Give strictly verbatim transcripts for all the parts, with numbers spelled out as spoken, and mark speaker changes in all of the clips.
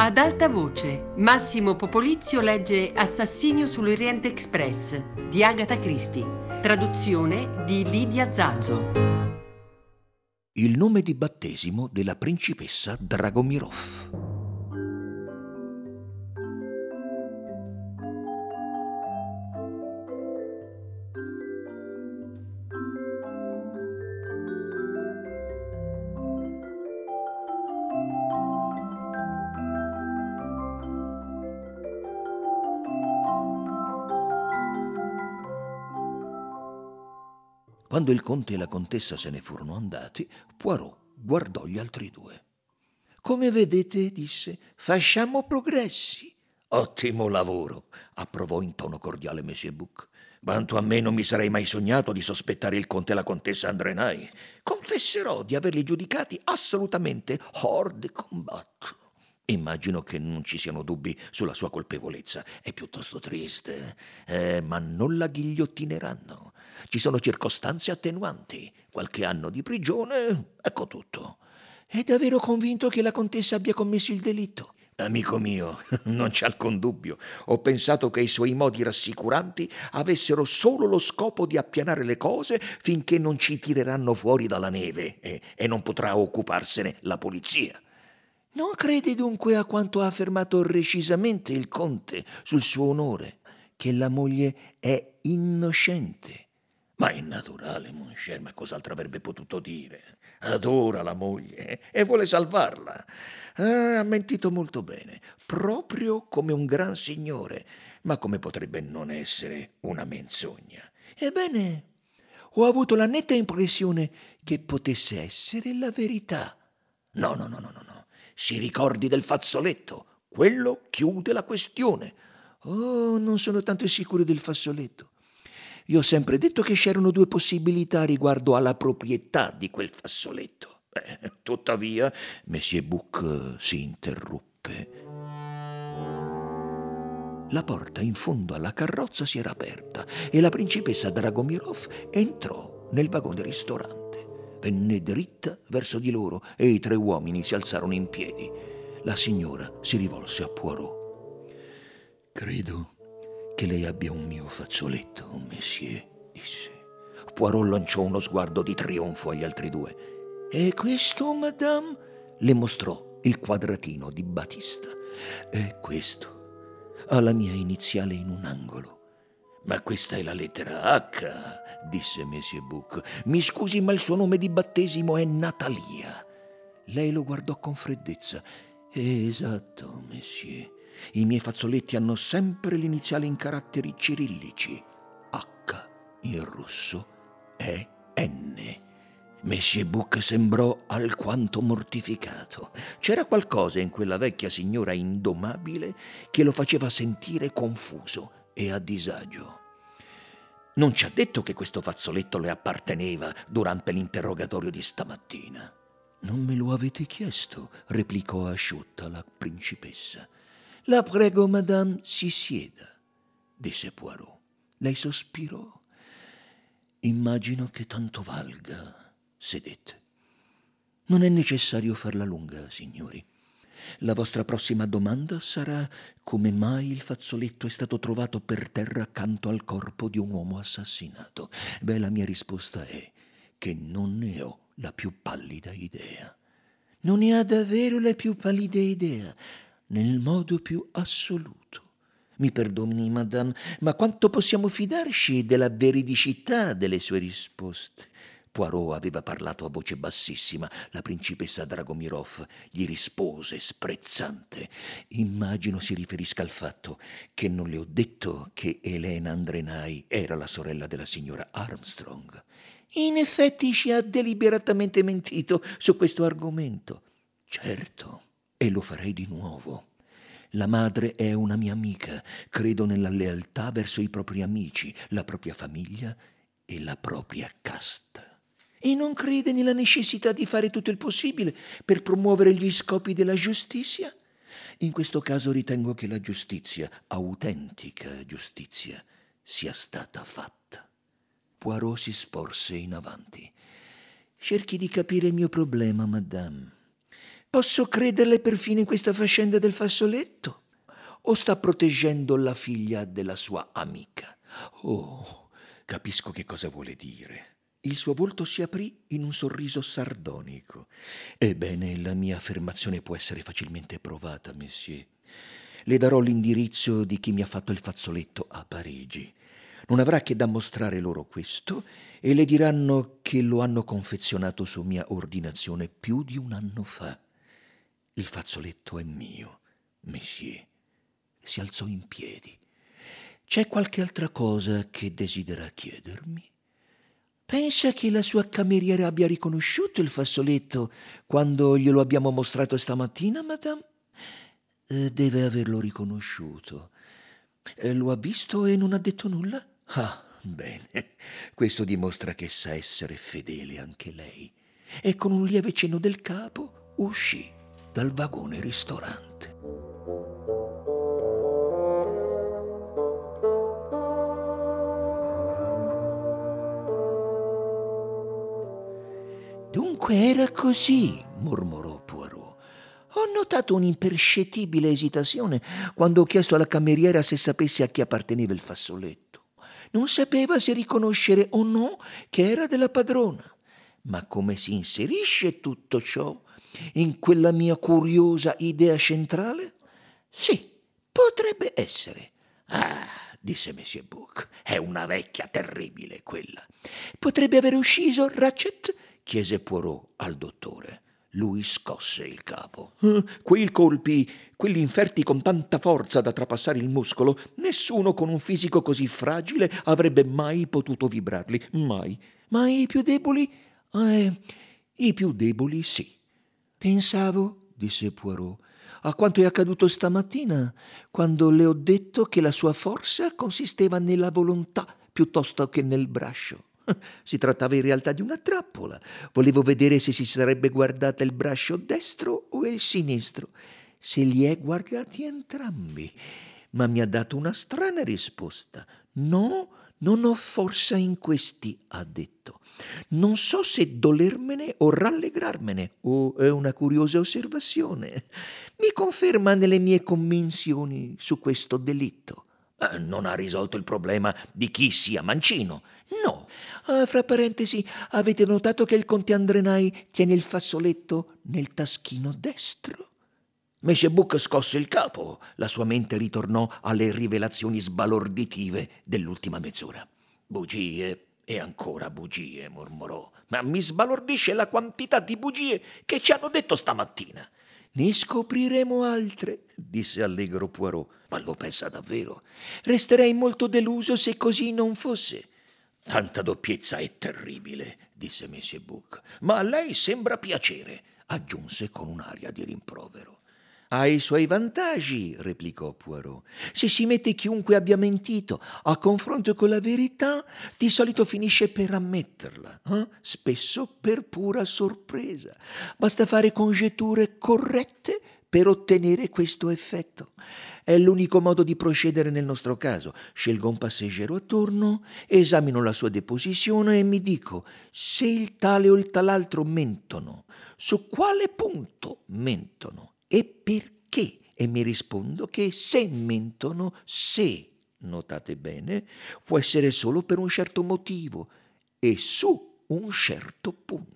Speaker 1: Ad alta voce, Massimo Popolizio legge Assassinio sull'Oriente Express di Agatha Christie, traduzione di Lidia Zazzo.
Speaker 2: Il nome di battesimo della principessa Dragomirov. Quando il conte e la contessa se ne furono andati, Poirot guardò gli altri due. «Come vedete», disse, «facciamo progressi». «Ottimo lavoro», approvò in tono cordiale Monsieur Bouc. «Quanto a me, non mi sarei mai sognato di sospettare il conte e la contessa Andrenay. Confesserò di averli giudicati assolutamente hors de combat. Immagino che non ci siano dubbi sulla sua colpevolezza. È piuttosto triste, eh, ma non la ghigliottineranno. Ci sono circostanze attenuanti, qualche anno di prigione, ecco tutto». «È davvero convinto che la contessa abbia commesso il delitto?» «Amico mio, non c'è alcun dubbio. Ho pensato che i suoi modi rassicuranti avessero solo lo scopo di appianare le cose finché non ci tireranno fuori dalla neve e, e non potrà occuparsene la polizia». «Non crede dunque a quanto ha affermato recisamente il conte sul suo onore, che la moglie è innocente?» «Ma è naturale, mon cher, ma cos'altro avrebbe potuto dire? Adora la moglie e vuole salvarla. Ah, ha mentito molto bene, proprio come un gran signore. Ma come potrebbe non essere una menzogna?» «Ebbene, ho avuto la netta impressione che potesse essere la verità». «No, no, no, no, no, no. Si ricordi del fazzoletto. Quello chiude la questione». «Oh, non sono tanto sicuro del fazzoletto. Io ho sempre detto che c'erano due possibilità riguardo alla proprietà di quel fazzoletto». Eh, tuttavia, Monsieur Bouc si interruppe. La porta in fondo alla carrozza si era aperta e la principessa Dragomirov entrò nel vagone ristorante. Venne dritta verso di loro e i tre uomini si alzarono in piedi. La signora si rivolse a Poirot. «Credo che lei abbia un mio fazzoletto, monsieur», disse. Poirot lanciò uno sguardo di trionfo agli altri due. «E questo, madame?» Le mostrò il quadratino di batista. «È questo. Ha la mia iniziale in un angolo». «Ma questa è la lettera H», disse Monsieur Bouc. «Mi scusi, ma il suo nome di battesimo è Natalia». Lei lo guardò con freddezza. «Esatto, monsieur. I miei fazzoletti hanno sempre l'iniziale in caratteri cirillici. H in russo è N». Monsieur Bouc sembrò alquanto mortificato. C'era qualcosa in quella vecchia signora indomabile che lo faceva sentire confuso e a disagio. «Non ci ha detto che questo fazzoletto le apparteneva durante l'interrogatorio di stamattina?» «Non me lo avete chiesto», replicò asciutta la principessa. «La prego, madame, si sieda», disse Poirot. Lei sospirò. «Immagino che tanto valga», sedette. «Non è necessario farla lunga, signori. La vostra prossima domanda sarà come mai il fazzoletto è stato trovato per terra accanto al corpo di un uomo assassinato. Beh, la mia risposta è che non ne ho la più pallida idea». «Non ne ha davvero la più pallida idea?» «Nel modo più assoluto. Mi perdoni, madame, ma quanto possiamo fidarci della veridicità delle sue risposte?» Poirot aveva parlato a voce bassissima. La principessa Dragomirov gli rispose sprezzante. «Immagino si riferisca al fatto che non le ho detto che Elena Andrenay era la sorella della signora Armstrong». «In effetti ci ha deliberatamente mentito su questo argomento». «Certo, e lo farei di nuovo. La madre è una mia amica. Credo nella lealtà verso i propri amici, la propria famiglia e la propria casta». «E non crede nella necessità di fare tutto il possibile per promuovere gli scopi della giustizia?» «In questo caso ritengo che la giustizia, autentica giustizia, sia stata fatta». Poirot si sporse in avanti. «Cerchi di capire il mio problema, madame. Posso crederle perfino in questa faccenda del fazzoletto? O sta proteggendo la figlia della sua amica? Oh, capisco che cosa vuole dire. Il suo volto si aprì in un sorriso sardonico. Ebbene, la mia affermazione può essere facilmente provata, monsieur. Le darò l'indirizzo di chi mi ha fatto il fazzoletto a Parigi. Non avrà che da mostrare loro questo e le diranno che lo hanno confezionato su mia ordinazione più di un anno fa. Il fazzoletto è mio, monsieur. Si alzò in piedi. C'è qualche altra cosa che desidera chiedermi? Pensa che la sua cameriera abbia riconosciuto il fazzoletto quando glielo abbiamo mostrato stamattina, madame? Eh, deve averlo riconosciuto. Eh, lo ha visto e non ha detto nulla? Ah, bene. Questo dimostra che sa essere fedele anche lei. E con un lieve cenno del capo uscì dal vagone ristorante. Dunque era così, mormorò Poirot. Ho notato un'impercettibile esitazione quando ho chiesto alla cameriera se sapesse a chi apparteneva il fazzoletto. Non sapeva se riconoscere o no che era della padrona. Ma come si inserisce tutto ciò in quella mia curiosa idea centrale? Sì, potrebbe essere. Ah, disse Monsieur Buck, è una vecchia terribile quella. Potrebbe aver ucciso Ratchet? Chiese Poirot al dottore. Lui scosse il capo. Eh, quei colpi, quelli inferti con tanta forza da trapassare il muscolo, nessuno con un fisico così fragile avrebbe mai potuto vibrarli. Mai. Ma i più deboli? Eh, i più deboli sì. Pensavo, disse Poirot, a quanto è accaduto stamattina, quando le ho detto che la sua forza consisteva nella volontà piuttosto che nel braccio. Si trattava in realtà di una trappola. Volevo vedere se si sarebbe guardata il braccio destro o il sinistro. Se li è guardati entrambi. Ma mi ha dato una strana risposta. No, non ho forza in questi, ha detto. Non so se dolermene o rallegrarmene, o è una curiosa osservazione. Mi conferma nelle mie convinzioni su questo delitto. Eh, non ha risolto il problema di chi sia mancino. No. Ah, fra parentesi, avete notato che il conte Andrenai tiene il fazzoletto nel taschino destro? Monsieur Buck scosse il capo. La sua mente ritornò alle rivelazioni sbalorditive dell'ultima mezz'ora. Bugie e ancora bugie, mormorò. Ma mi sbalordisce la quantità di bugie che ci hanno detto stamattina. Ne scopriremo altre, disse allegro Poirot. Ma lo pensa davvero? Resterei molto deluso se così non fosse. Tanta doppiezza è terribile, disse Monsieur Buck. Ma a lei sembra piacere, aggiunse con un'aria di rimprovero. Ha i suoi vantaggi, replicò Poirot. Se si mette chiunque abbia mentito a confronto con la verità, di solito finisce per ammetterla, eh? Spesso per pura sorpresa. Basta fare congetture corrette per ottenere questo effetto. È l'unico modo di procedere nel nostro caso. Scelgo un passeggero a turno, esamino la sua deposizione e mi dico se il tale o il tal'altro mentono, su quale punto mentono e perché. E mi rispondo che se mentono, se, notate bene, può essere solo per un certo motivo e su un certo punto.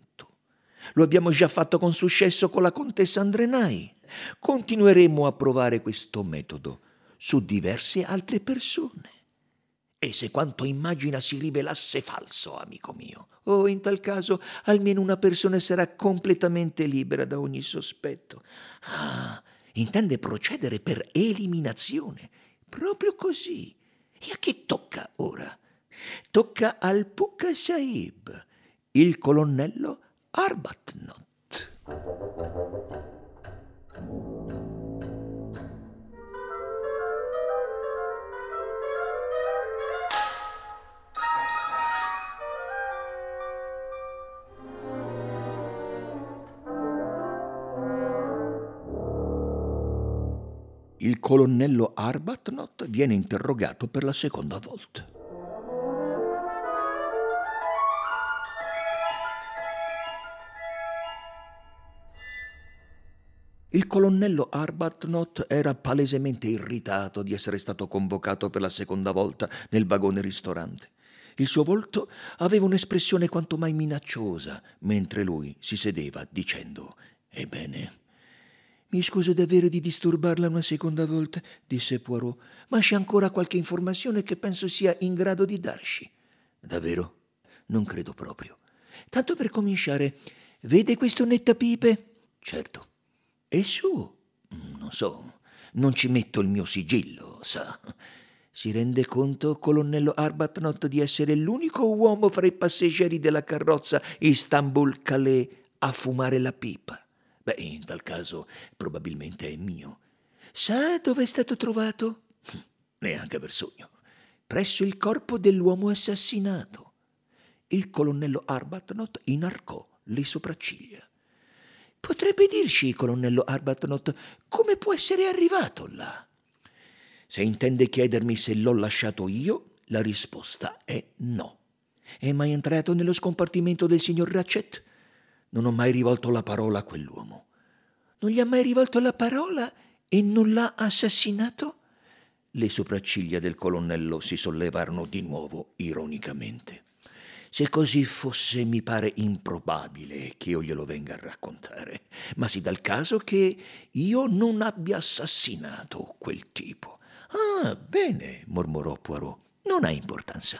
Speaker 2: Lo abbiamo già fatto con successo con la contessa Andrenai. Continueremo a provare questo metodo su diverse altre persone. E se quanto immagina si rivelasse falso, amico mio? Oh, in tal caso almeno una persona sarà completamente libera da ogni sospetto. Ah, intende procedere per eliminazione. Proprio così. E a chi tocca ora? Tocca al Pukka Sahib, il colonnello Arbuthnot. Il colonnello Arbuthnot viene interrogato per la seconda volta. Il colonnello Arbuthnot era palesemente irritato di essere stato convocato per la seconda volta nel vagone ristorante. Il suo volto aveva un'espressione quanto mai minacciosa, mentre lui si sedeva dicendo: «Ebbene, mi scuso davvero di disturbarla una seconda volta», disse Poirot, «ma c'è ancora qualche informazione che penso sia in grado di darci». «Davvero? Non credo proprio. Tanto per cominciare, vede questo nettapipe?» «Certo». «È suo?» «Non so, non ci metto il mio sigillo, sa». «Si rende conto, colonnello Arbuthnot, di essere l'unico uomo fra i passeggeri della carrozza Istanbul-Calais a fumare la pipa? Beh, in tal caso probabilmente è mio. Sa dove è stato trovato?» «Neanche per sogno». «Presso il corpo dell'uomo assassinato». Il colonnello Arbuthnot inarcò le sopracciglia. «Potrebbe dirci, colonnello Arbuthnot, come può essere arrivato là?» «Se intende chiedermi se l'ho lasciato io, la risposta è no». «È mai entrato nello scompartimento del signor Ratchet?» «Non ho mai rivolto la parola a quell'uomo». «Non gli ha mai rivolto la parola e non l'ha assassinato?» Le sopracciglia del colonnello si sollevarono di nuovo ironicamente. «Se così fosse, mi pare improbabile che io glielo venga a raccontare, ma si dà il caso che io non abbia assassinato quel tipo». «Ah, bene», mormorò Poirot, «non ha importanza».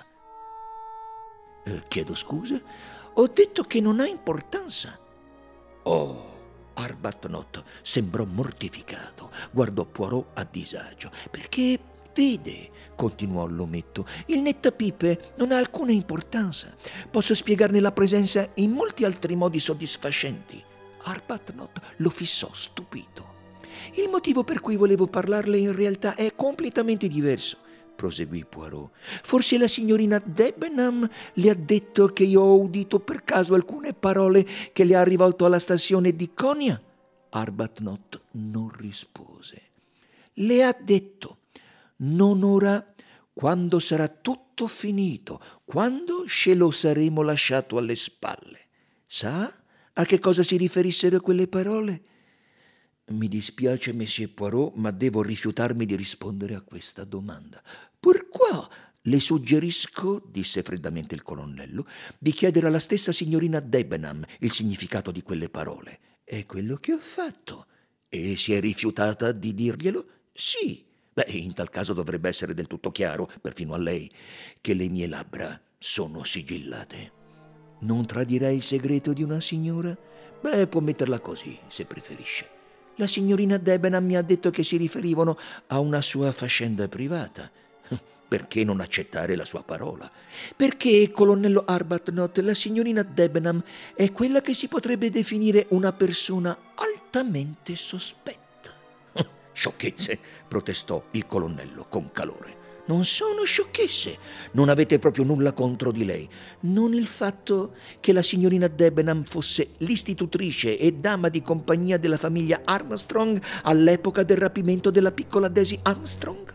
Speaker 2: Eh, «Chiedo scusa? Ho detto che non ha importanza». «Oh!» Arbuthnot sembrò mortificato, guardò Poirot a disagio. «Perché, vede», continuò l'ometto, «il nettapipe non ha alcuna importanza. Posso spiegarne la presenza in molti altri modi soddisfacenti». Arbuthnot lo fissò stupito. «Il motivo per cui volevo parlarle in realtà è completamente diverso», proseguì Poirot. «Forse la signorina Debenham le ha detto che io ho udito per caso alcune parole che le ha rivolto alla stazione di Konya?» Arbuthnot non rispose. «Le ha detto: non ora, quando sarà tutto finito, quando ce lo saremo lasciato alle spalle. Sa a che cosa si riferissero quelle parole?» «Mi dispiace, Monsieur Poirot, ma devo rifiutarmi di rispondere a questa domanda». «Pourquoi?» «Le suggerisco», disse freddamente il colonnello, «di chiedere alla stessa signorina Debenham il significato di quelle parole». «È quello che ho fatto». «E si è rifiutata di dirglielo?» «Sì». «Beh, in tal caso dovrebbe essere del tutto chiaro, perfino a lei, che le mie labbra sono sigillate». «Non tradirà il segreto di una signora?» «Beh, può metterla così, se preferisce». «La signorina Debenham mi ha detto che si riferivano a una sua faccenda privata». «Perché non accettare la sua parola?» «Perché, colonnello Arbuthnot, la signorina Debenham è quella che si potrebbe definire una persona altamente sospetta». «Sciocchezze», protestò il colonnello con calore. «Non sono sciocchezze. Non avete proprio nulla contro di lei. Non il fatto che la signorina Debenham fosse l'istitutrice e dama di compagnia della famiglia Armstrong all'epoca del rapimento della piccola Daisy Armstrong?»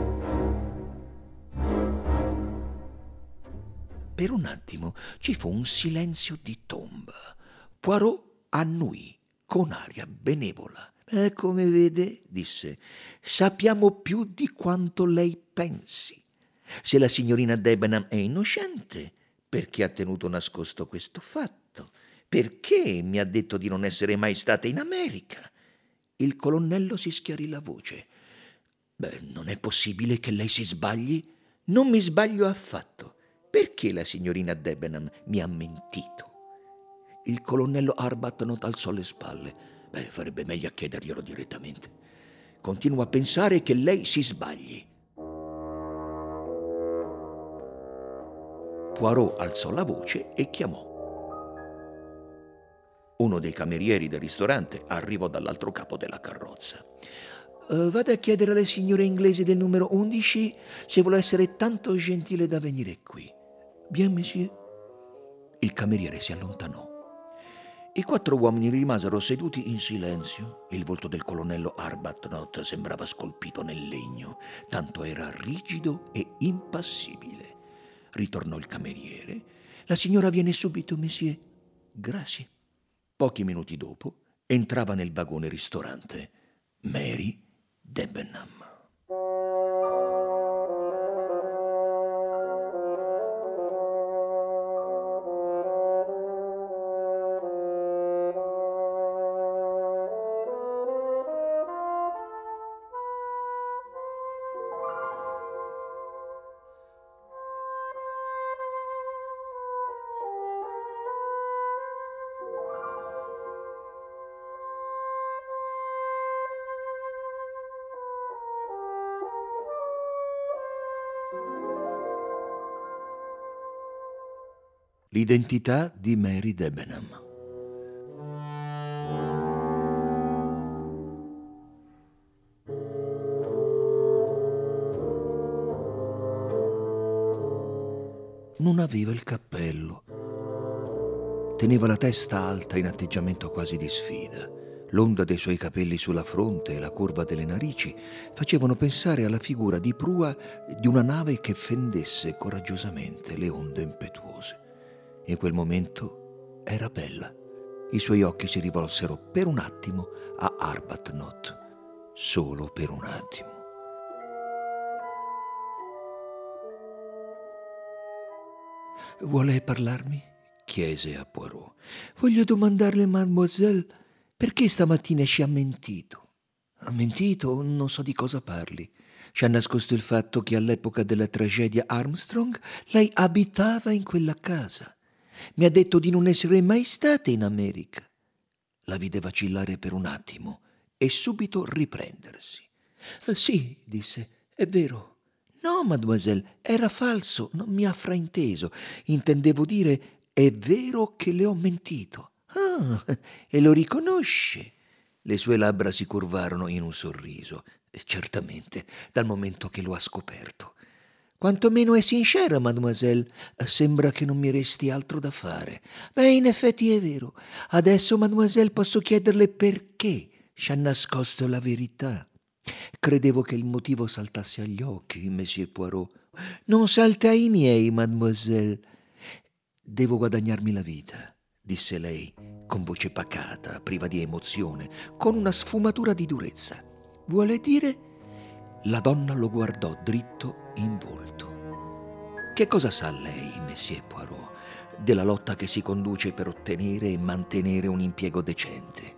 Speaker 2: Per un attimo ci fu un silenzio di tomba. Poirot annui con aria benevola. «Eh, come vede», disse, «sappiamo più di quanto lei pensi. Se la signorina Debenham è innocente, perché ha tenuto nascosto questo fatto? Perché mi ha detto di non essere mai stata in America?» Il colonnello si schiarì la voce. «Beh, non è possibile che lei si sbagli?» «Non mi sbaglio affatto. Perché la signorina Debenham mi ha mentito?» Il colonnello Arbuthnot alzò le spalle. «Beh, farebbe meglio a chiederglielo direttamente. Continuo a pensare che lei si sbagli». Poirot alzò la voce e chiamò. Uno dei camerieri del ristorante arrivò dall'altro capo della carrozza. Uh, «Vada a chiedere alle signore inglesi del numero undici se vuole essere tanto gentile da venire qui». «Bien, monsieur». Il cameriere si allontanò. I quattro uomini rimasero seduti in silenzio. Il volto del colonnello Arbuthnot sembrava scolpito nel legno, tanto era rigido e impassibile. Ritornò il cameriere. «La signora viene subito, monsieur». «Grazie». Pochi minuti dopo entrava nel vagone ristorante Mary Debenham. L'identità di Mary Debenham. Non aveva il cappello. Teneva la testa alta in atteggiamento quasi di sfida. L'onda dei suoi capelli sulla fronte e la curva delle narici facevano pensare alla figura di prua di una nave che fendesse coraggiosamente le onde impetuose. In quel momento era bella. I suoi occhi si rivolsero per un attimo a Arbuthnot, solo per un attimo. «Vuole parlarmi?» chiese a Poirot. «Voglio domandarle, mademoiselle, perché stamattina ci ha mentito?» «Ha mentito? Non so di cosa parli. Ci ha nascosto il fatto che all'epoca della tragedia Armstrong lei abitava in quella casa. Mi ha detto di non essere mai stata in America». La vide vacillare per un attimo e subito riprendersi. «Sì», disse, «è vero». «No, mademoiselle, era falso, non mi ha frainteso. Intendevo dire, è vero che le ho mentito». «Ah, e lo riconosce?» Le sue labbra si curvarono in un sorriso. «Certamente, dal momento che lo ha scoperto». «Quantomeno è sincera, mademoiselle. Sembra che non mi resti altro da fare». «Beh, in effetti è vero. Adesso, mademoiselle, posso chiederle perché ci ha nascosto la verità». «Credevo che il motivo saltasse agli occhi, Monsieur Poirot». «Non salta ai miei, mademoiselle». «Devo guadagnarmi la vita», disse lei, con voce pacata, priva di emozione, con una sfumatura di durezza. «Vuole dire?» La donna lo guardò dritto in volto. «Che cosa sa lei, Monsieur Poirot, della lotta che si conduce per ottenere e mantenere un impiego decente?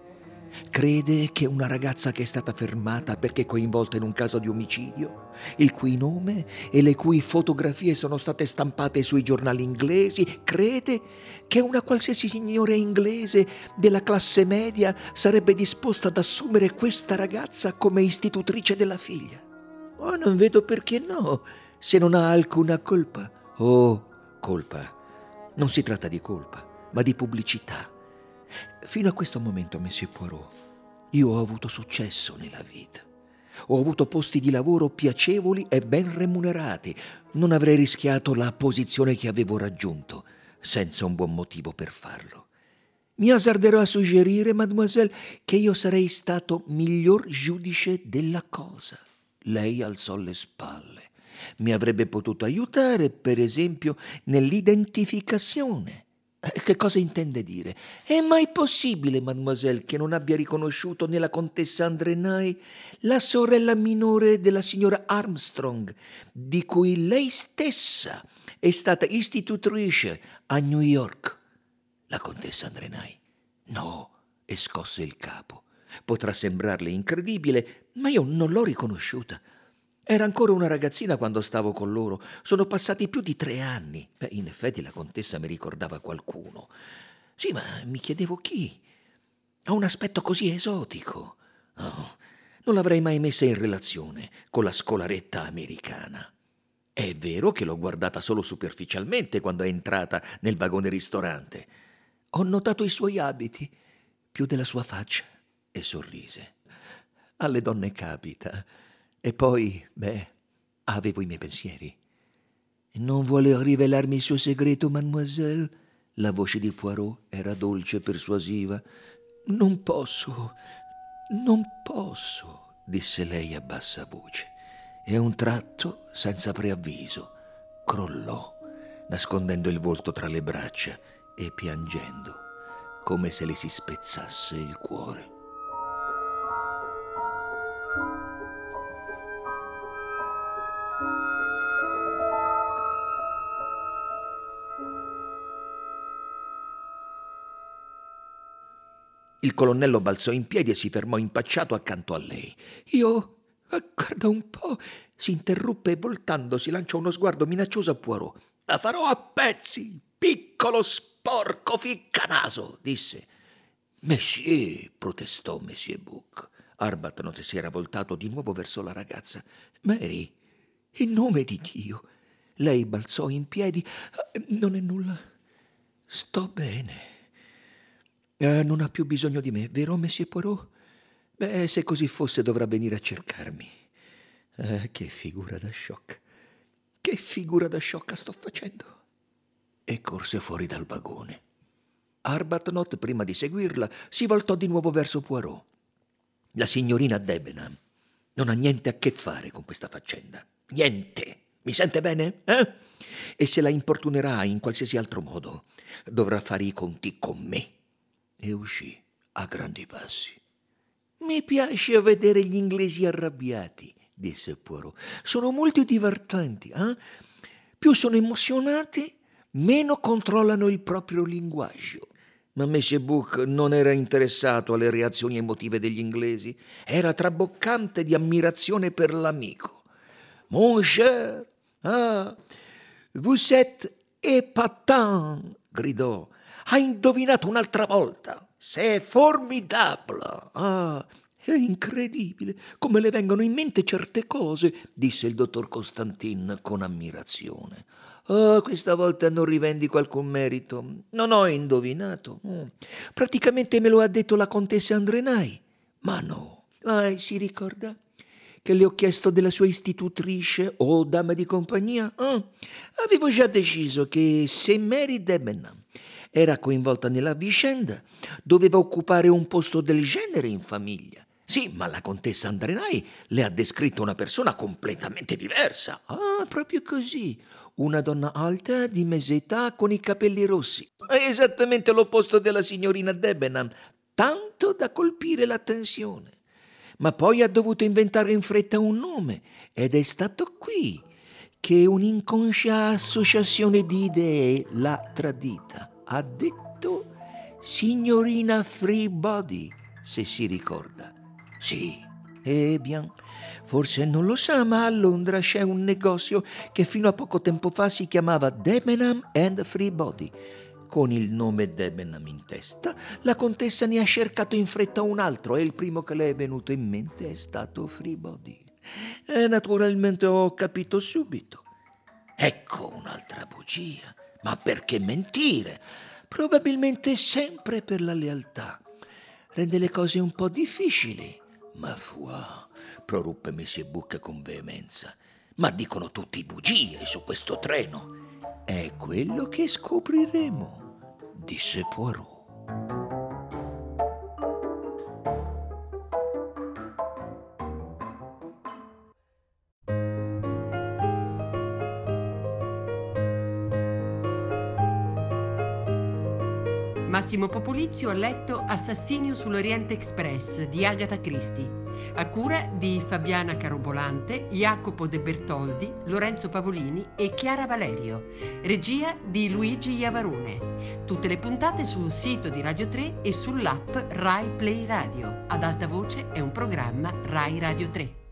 Speaker 2: Crede che una ragazza che è stata fermata perché coinvolta in un caso di omicidio, il cui nome e le cui fotografie sono state stampate sui giornali inglesi, crede che una qualsiasi signora inglese della classe media sarebbe disposta ad assumere questa ragazza come istitutrice della figlia? Oh, non vedo perché no, se non ha alcuna colpa». «Oh, colpa. Non si tratta di colpa, ma di pubblicità. Fino a questo momento, Monsieur Poirot, io ho avuto successo nella vita. Ho avuto posti di lavoro piacevoli e ben remunerati. Non avrei rischiato la posizione che avevo raggiunto senza un buon motivo per farlo. Mi azzarderò a suggerire, mademoiselle, che io sarei stato miglior giudice della cosa». Lei alzò le spalle. «Mi avrebbe potuto aiutare, per esempio, nell'identificazione». «Che cosa intende dire?» «È mai possibile, mademoiselle, che non abbia riconosciuto nella contessa Andrenay la sorella minore della signora Armstrong, di cui lei stessa è stata istitutrice a New York?» «La contessa Andrenay?» «No», e scosse il capo. «Potrà sembrarle incredibile, ma io non l'ho riconosciuta. Era ancora una ragazzina quando stavo con loro. Sono passati più di tre anni. Beh, in effetti la contessa mi ricordava qualcuno. Sì, ma mi chiedevo chi. Ha un aspetto così esotico. No, non l'avrei mai messa in relazione con la scolaretta americana. È vero che l'ho guardata solo superficialmente quando è entrata nel vagone ristorante. Ho notato i suoi abiti, più della sua faccia», e sorrise. «Alle donne capita. E poi, beh, avevo i miei pensieri». «Non vuole rivelarmi il suo segreto, mademoiselle?» La voce di Poirot era dolce e persuasiva. «Non posso, non posso», disse lei a bassa voce. E a un tratto, senza preavviso, crollò, nascondendo il volto tra le braccia e piangendo, come se le si spezzasse il cuore. Il colonnello balzò in piedi e si fermò impacciato accanto a lei. Io... guarda un po', si interruppe e voltandosi lanciò uno sguardo minaccioso a Poirot. La farò a pezzi, piccolo sporco ficcanaso, disse. Monsieur, protestò Monsieur Buck. Arbuthnot si era voltato di nuovo verso la ragazza. Mary, in nome di Dio. Lei balzò in piedi. Non è nulla. Sto bene. Eh, non ha più bisogno di me, vero, Monsieur Poirot? Beh, se così fosse dovrà venire a cercarmi. Eh, che figura da sciocca. Che figura da sciocca sto facendo. E corse fuori dal vagone. Arbuthnot, prima di seguirla, si voltò di nuovo verso Poirot. La signorina Debenham non ha niente a che fare con questa faccenda. Niente. Mi sente bene? Eh? E se la importunerà in qualsiasi altro modo, dovrà fare i conti con me. E uscì a grandi passi. Mi piace vedere gli inglesi arrabbiati, disse Poirot. Sono molto divertenti, eh? Più sono emozionati, meno controllano il proprio linguaggio. Ma Monsieur Buck non era interessato alle reazioni emotive degli inglesi. Era traboccante di ammirazione per l'amico. Mon cher, ah, vous êtes épatant, gridò. Ha indovinato un'altra volta. C'est formidable. Ah, è incredibile come le vengono in mente certe cose, disse il dottor Constantin con ammirazione. Oh, questa volta non rivendico alcun merito. Non ho indovinato. Mm. Praticamente me lo ha detto la contessa Andrenai. Ma no. Ah, si ricorda che le ho chiesto della sua istitutrice o dama di compagnia? Ah, avevo già deciso che se Mary Debenham era coinvolta nella vicenda, doveva occupare un posto del genere in famiglia. Sì, ma la contessa Andrenai le ha descritto una persona completamente diversa. Ah, proprio così. Una donna alta, di mezza età, con i capelli rossi. È esattamente l'opposto della signorina Debenham, tanto da colpire l'attenzione. Ma poi ha dovuto inventare in fretta un nome, ed è stato qui che un'inconscia associazione di idee l'ha tradita. Ha detto signorina Freebody, se si ricorda. Sì, eh bien, forse non lo sa, ma a Londra c'è un negozio che fino a poco tempo fa si chiamava Debenham and Freebody. Con il nome Debenham in testa, la contessa ne ha cercato in fretta un altro e il primo che le è venuto in mente è stato Freebody. E naturalmente ho capito subito. Ecco un'altra bugia. Ma perché mentire? Probabilmente sempre per la lealtà. Rende le cose un po' difficili. Ma foi, proruppe Monsieur Buck con veemenza. Ma dicono tutti bugie su questo treno. È quello che scopriremo, disse Poirot.
Speaker 1: Massimo Popolizio ha letto Assassinio sull'Oriente Express di Agatha Christie, a cura di Fabiana Carobolante, Jacopo De Bertoldi, Lorenzo Pavolini e Chiara Valerio, regia di Luigi Iavarone. Tutte le puntate sul sito di Radio tre e sull'app Rai Play Radio. Ad alta voce è un programma Rai Radio tre.